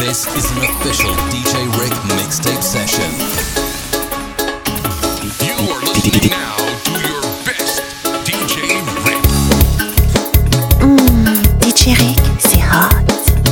This is an official DJ Rick mixtape session. You are listening now to your best DJ Rick. DJ Rick, c'est hot.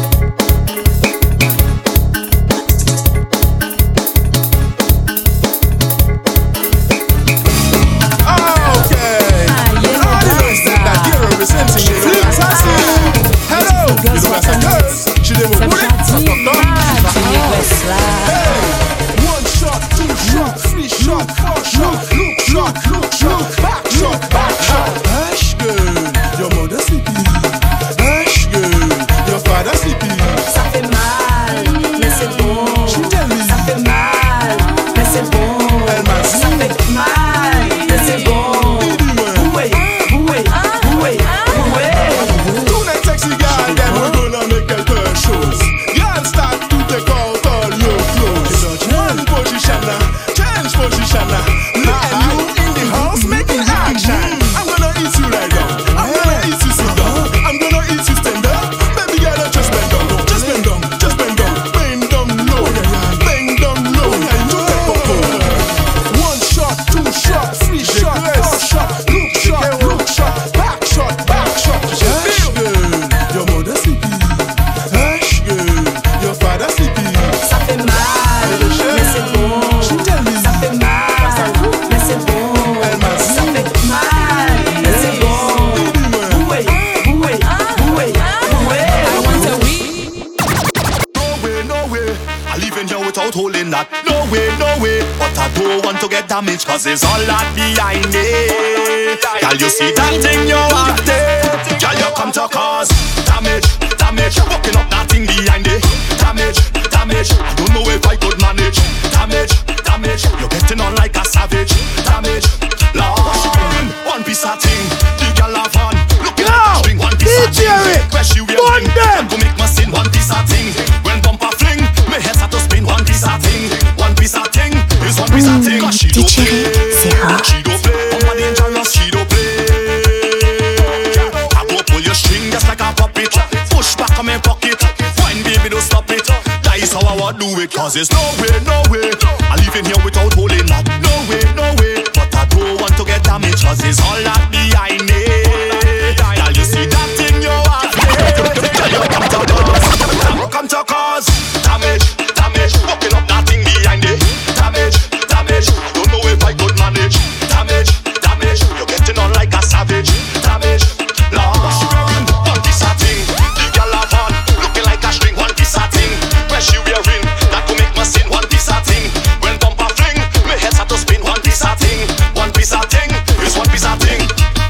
Damage, cause it's all that behind it. Girl, you see that thing you have there. Girl, you come to cause damage, damage. Walking up that thing behind it. Damage, damage. I don't know if I could manage. Damage, damage. You're getting on like a savage. Damage, Lord. One piece of thing. The girl have fun. Looking at the string. One piece of thing. Where she wearing. Go make my sin. One piece of thing. When bumper fling, my head start to spin. One piece of thing. One piece of thing. Is one piece of thing. Cause she don't play. She don't play. Bumper dangerous. She don't play. I go pull your string just like a puppet. Push back on my pocket. Fine baby, don't stop it. That is how I want do it. Cause it's no way, no way. I live in here without holding that. No way, no way. But I don't want to get damaged. Cause it's all that behind it. Girl, you see that thing you have there. Girl, you come to cause. Come to cause. Damage, damage. Walking up that thing behind it. Damage, damage. Don't know if I could manage. Damage, damage. You're getting on like a savage. Damage, Lord. One piece of thing. The girl have on. Looking like a string. One piece of thing. Where she wearing. That could make my sin. One piece of thing. When bumper fling, my head start to spin. One piece of thing. One piece of thing. Is one piece of thing.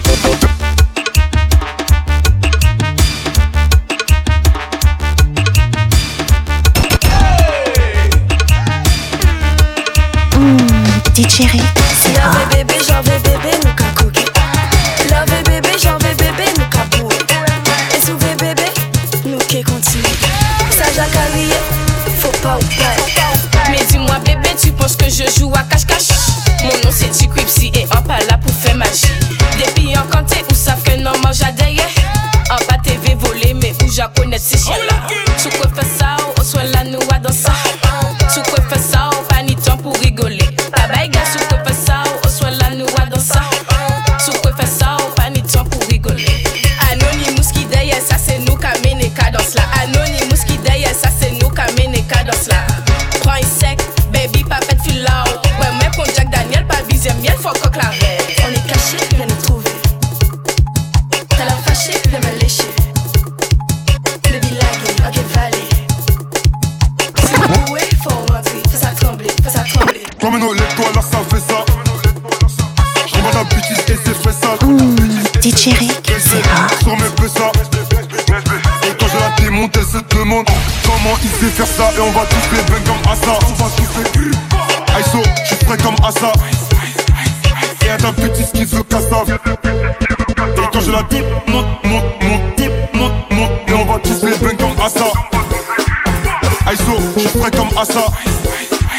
DJ Rick, c'est hot. Love bébé, j'en veux bébé, nous qu'à cookie. Love bébé, j'en veux bébé, nous qu'à pour. Et souvé bébé, nous qui continue. Ça j'ai carrié, faut pas ou pas. Mais dis-moi bébé, tu penses que je joue à cache-cache? Mon nom c'est Tiquipsy et on pas là pour faire magie. Depuis en canté où savent que non mange à derrière. En bas TV volé, mais où j'en connais ces chiens-là. Tu peux faire ça, ou soit là nous à dans ça. Tu peux faire ça, ou pas ni temps pour rigoler. Tu peux faire ça, ou soit là nous à dans ça. Tu peux faire ça, ou pas ni temps pour rigoler. Anonymous qui derrière ça, c'est nous qui amène les cadences là. Anonymous qui derrière ça, c'est nous qui amène les cadences là. Prends un sec, baby, pas fait de fil là. Ouais, mais pour Jack Daniel, pas visé miel, faut qu'on claret. On est caché, viens nous trouver. T'as l'air fâché, viens me lécher. Baby lagué, ok valé. Si vous bouez, faut rentrer. Fais ça trembler, fais ça trembler. Comme un olé, toi là ça fait ça. J'envoie la bêtise et c'est fait ça. DJ Rick, c'est hot. Sur mes peu ça. Et quand je la démonte, elle se demande comment il sait faire ça. Et on va tous les bang comme Assa. On va tous les ISO, je suis prêt comme Assa. Et à ta petite ce qui se casse. Et quand je la monte. Et on va tous les bang comme Assa. ISO, je suis prêt comme Assa.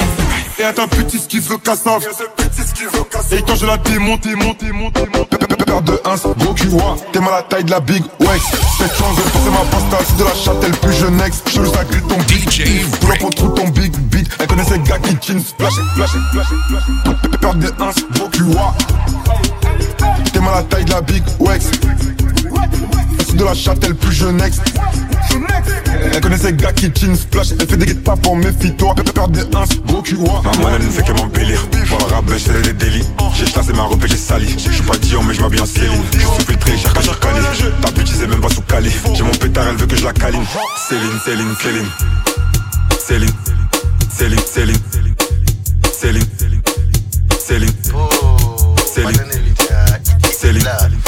Et à ta petite ce qui se casse. Et quand je la démonte. Peur de 1, gros cul, t'es mal à la taille de la big Wex. Cette chance de penser ma pasta, c'est de la châtelle plus je next. Je le sacré ton DJ pour pour tout ton big beat. Elle connaît ces gars qui chin splash. Peur de 1, gros cul, t'es mal à la taille de la big Wex. C'est de la châtelle plus je next. Elle connaît ces gars qui chin splash. Elle fait des guettes pas pour méfie-toi. Peur de 1, gros cul, Maman elle ne fait que m'embellir. Pour le rap, c'est des délits. J'ai chassé ma robe et j'ai sali. Je suis pas Dion mais je m'habille en Céline. Je suis filtré, cher qu'à Cali. Ta bitch c'est même pas sous Cali. J'ai mon pétard, elle veut que je la câline. Céline, Céline, Céline. Céline, Céline, Céline. Céline, Céline. Céline, Céline.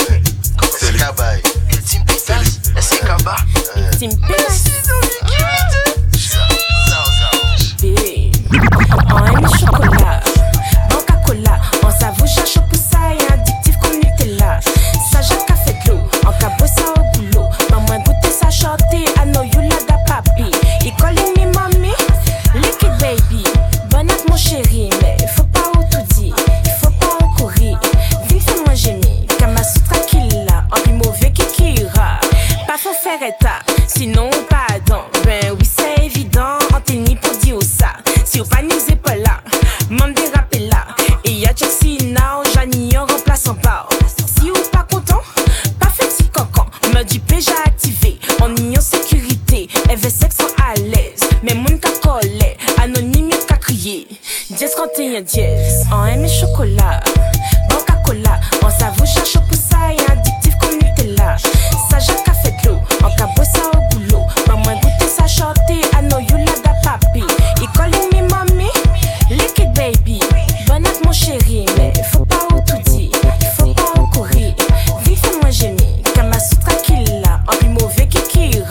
On aime le chocolat, banque à cola. On s'avoue cherche pour ça et addictif comme Nutella. Ça jette café de l'eau, en cabot ça au boulot. Maman goûter ça chanter, I know you like that papi. He calling me mommy, liquid baby. Bonne avec mon chéri, mais faut pas tout dire, faut pas courir. Vite fais-moi gémir, Kama Sutra Killa, en plus mauvais Kikira. Pas faut faire état, sinon pardon. Ben oui c'est évident, on t'est ni pour dire ça. Si ou pas nous est pas là, m'en dérapé là. Et y'a Jaxi now, Jani en remplaçant pas. Si ou pas content, pas fait si cancan. Me dit déjà activé, on y en sécurité. FSX sont à l'aise, mais moun ka collé, anonyme y'a ka crier. 10-31 dièse, on aime le chocolat, banque à cola. On s'avoue cherche pour ça et addictif comme Nutella. Ça jette café de l'eau, on cabot ça au boulot. Maman goûter ça chanter, I know you like that papi. He calling me mommy, liquid baby. Bonne avec mon chéri, mais faut pas tout dire, faut pas courir. Vite fais-moi gémir, Kama Sutra Killa, en plus mauvais Kikira.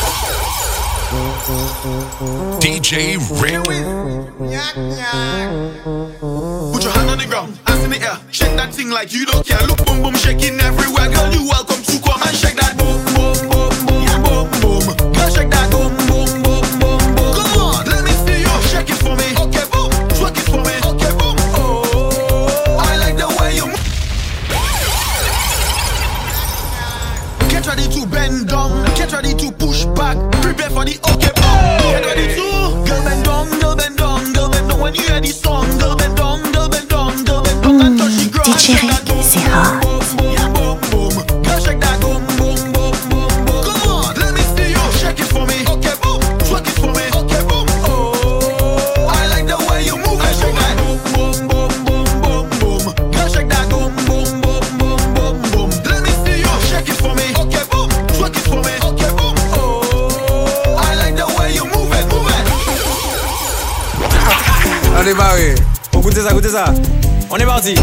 DJ Rick. Put your hand on the ground, hands in the air. Shake that thing like you don't care. Look, boom, boom, shaking everywhere. Girl, you welcome to come and shake that boom, boom, boom, boom, yeah, boom, boom. Girl, shake that boom, boom, boom, boom, boom. Come on, let me see you shake it for me. Okay, boom, twerk it for me. Okay, boom. Oh, I like the way you move. Get ready to bend down. Get ready to push back. Prepare for the okay, boom. Get ready to girl bend down, girl bend down, girl bend down. When you hear the song, girl bend down, girl bend down, girl bend down and touch the ground. DJ Rick, c'est hot. Yeah, boom, boom. Girl, shake that boom, boom, boom, boom, boom. Come on, let me see you shake it for me. Okay, boom, twerk it for me. Okay, boom. Oh, I like the way you move. Girl, shake that boom, boom, boom, boom, boom, boom. Girl, shake that boom, boom, boom, boom, boom, boom. Let me see you shake it for me. Okay, boom, twerk it for me. Okay, boom. Oh, I like the way you move it, move it. Allez, barré. On goûte ça. On est parti.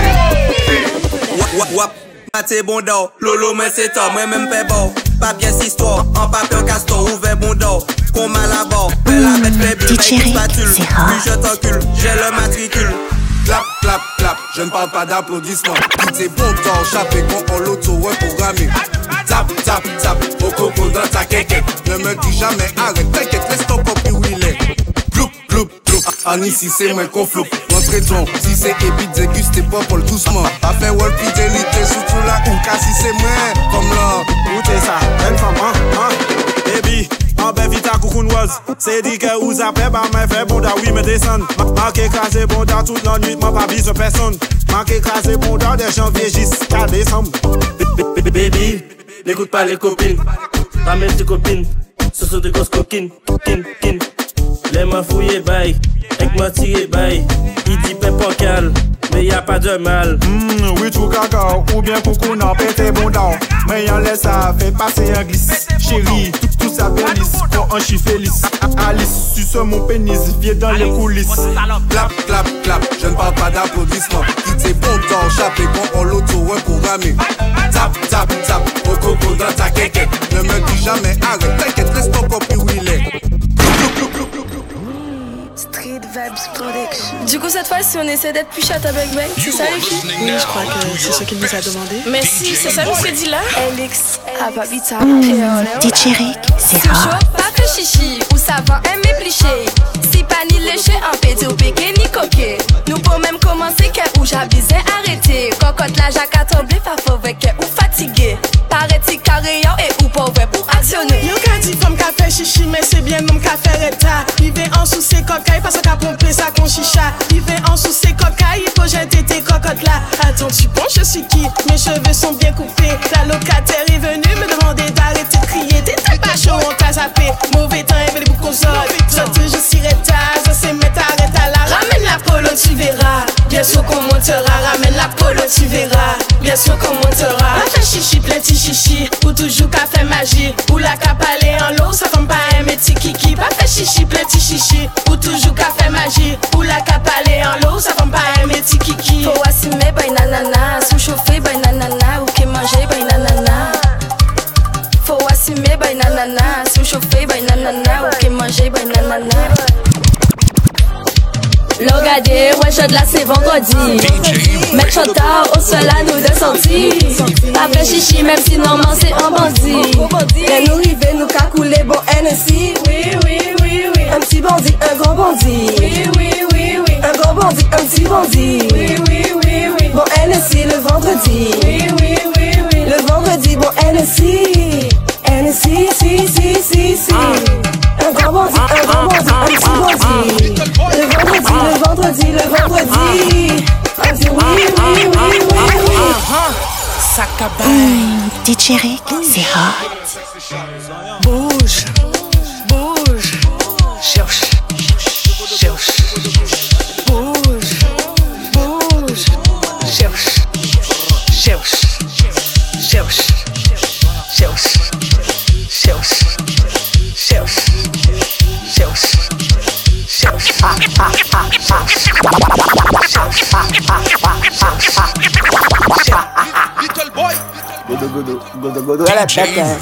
Wap, maté bon d'or. Lolo, mais c'est toi, moi-même fait bon. Pas pièce histoire, en papier castor, ouvert bon d'or. Qu'on m'a la barre, fais la bête, fais bulle, mec, spatule. Puis je t'encule, j'ai le matricule. Clap, clap, clap, je ne parle pas d'applaudissements. Tout est bon temps, chaper quand on l'auto-reprogrammé. Tap, tap, tap, au coco dans ta quéquette. Ne me dis jamais arrête, t'inquiète, laisse ton copie où il est. Ploup, ploup, ploup, en ici c'est moi qu'on floupe. Montrez donc, si c'est épi, déguste pas pour le doucement. A fait wall fidélité, surtout là où si c'est moi. Comme là, écoutez ça, une femme, baby. En belle vite à coucounoise. C'est dit que vous appelez, bah, mais fait bon da, oui, me descend. Manque écrasé bon da toute la nuit, m'a pas bise personne. Manque écrasé bon da de janvier jusqu'à décembre. Baby, n'écoute pas les copines. Ramène tes copines, ce sont des grosses coquines. Kin. Les mains fouillées, bye. Avec moi tiré, bye. Il dit pépon calme, mais y'a pas de mal. Oui, tout cacao, ou bien coucou n'a pété bon down. Mais y'en laisse ça, fait passer un glisse. Chérie, tout ça bien lisse, pour un chiffre lisse. Alice, tu sors mon pénis, viens dans les coulisses. Clap, clap, clap, je ne parle pas d'applaudissements. Tout est bon temps, chaper quand on l'auto-reprogrammé. Tap, tap, tap, au coco dans ta quéquette. Ne me dis jamais arrête, t'inquiète, laisse ton copie où il est. Street Vibes Production. Du coup, cette fois-ci on essaie d'être plus chat avec Bang, c'est ça les filles? Oui, je crois que c'est ce qu'il nous a demandé. Merci, c'est ça monsieur dit là? Alex, à Babita, DJ Rick, c'est rare. pas fait chichi, ou ça va aimer plicher. Si pas ni léché, en pété ou péké ni coquet. Nous pouvons même commencer que ou j'abisais arrêter. Cocotte la jaque à tomber, pas fauvre que ou fatigué. Paraît-il carré et ou pauvre pour actionner. Yo ka di femme ka fait chichi, mais c'est bien nom ka fait reta. Il veut en sous ses cocailles, parce qu'a pompé sa con chicha. Il veut en sous ses cocailles, il faut jeter tes cocottes là. Attends, tu penses je suis qui? Mes cheveux sont bien coupés. La locataire est venue me demander d'arrêter de crier. T'étais pas chaud, on t'a zappé. Mauvais temps, il veut les boucles aux autres. Ça toujours si retard, ça c'est mettre arrête à la. Ramène la polo, tu verras. Bien sûr qu'on montera. Ramène la polo, tu verras. Bien sûr qu'on montera. On fait chichi, plein de chichi. Ou toujours qu'a fait magie. Ou la cap aller en l'eau, ça tombe pas un métier kiki. Pas fait chichi, plein de chichi. Ou toujours qu'a fait magie. Ou la cap aller en l'eau, ça tombe pas un métier kiki. Faut assumer, bay nanana. Sous chauffer, bay nanana. Ou qui manger, bay nanana. Faut assumer, bay nanana. Sous chauffer, bay nanana. Ou qui manger, bay nanana. L'ogadier, ouais, chaud là c'est vendredi. Mec chaud tard, au sol à nous de sortir. Pas fait chichi, même si normalement c'est un bandit. Et nous river, nous qu'a couler bon NSI. Oui, oui, oui, oui. Un petit bandit, un gros bandit. Oui, oui, oui, oui. Un gros bandit, un petit bandit. Oui, oui, oui, oui. Bon NSI le vendredi. Oui, oui, oui, oui. Le vendredi, bon NSI. NSI, si. Un gros bandit, un petit bandit. Le vendredi. On dit oui. DJ Rick, c'est hot. Bouge. Cherche. Bouge. Godo, ela é peca.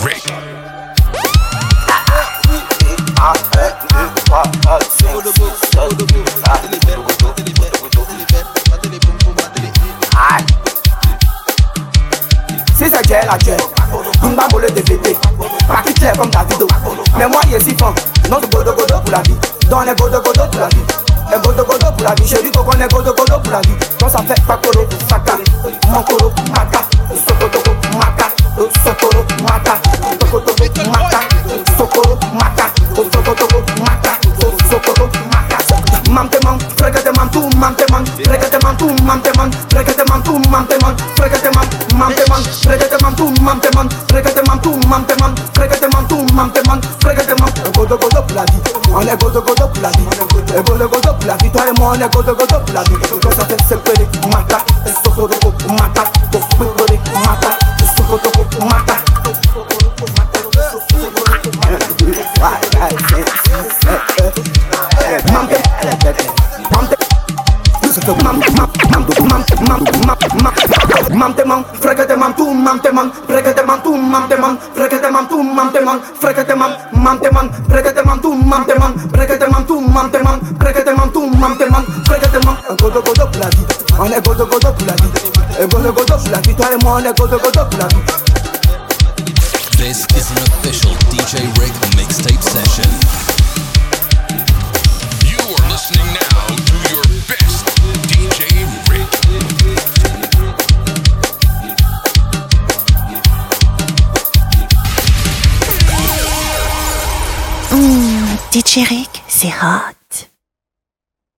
Si c'est Dieu, la Dieu, il m'a volé des bébés. Pas qui clair comme Davido. Mais moi, il est si fin. Non, de godo pour la vie. Donne les godo pour la vie. Les godo pour la vie. J'ai dit qu'on connaît godo pour la vie. Donc ça fait pas coro, saka. Mon coro, maka. Sokotoko, maka. Sokoro, maka. Sokotoko, maka. Sokoro, maka. Sokotoko, maka. Sokoro, maka. Mamteman, fregateman, tu mamteman. Fregateman, tu mamteman. Fregateman, tu mamteman. Fregateman, mamteman. Fregateman, tu mamteman. Fregateman, tu mamteman. Fregateman, tu mamteman. Fregateman. Godo pour la vie. On est godo pour la vie. Godo pour la vie. Toi et moi on est godo pour la vie. Donc ça fait sepele, maka. Sokotoko, maka. Sokotoko, maka. Sokotoko, maka. Mamteman, fregateman, tu mamteman, fregateman, tu mamteman, fregateman, tu mamteman, fregateman, mamteman, fregateman, tu mamteman, fregateman, tu mamteman, fregateman, tu mamteman, fregateman. Godo pour la vie, on est godo pour la vie, godo pour la vie. Toi et moi on est godo pour la vie. This is an official DJ Rick mixtape session. You are listening now to your best DJ Rick. DJ Rick, c'est hot.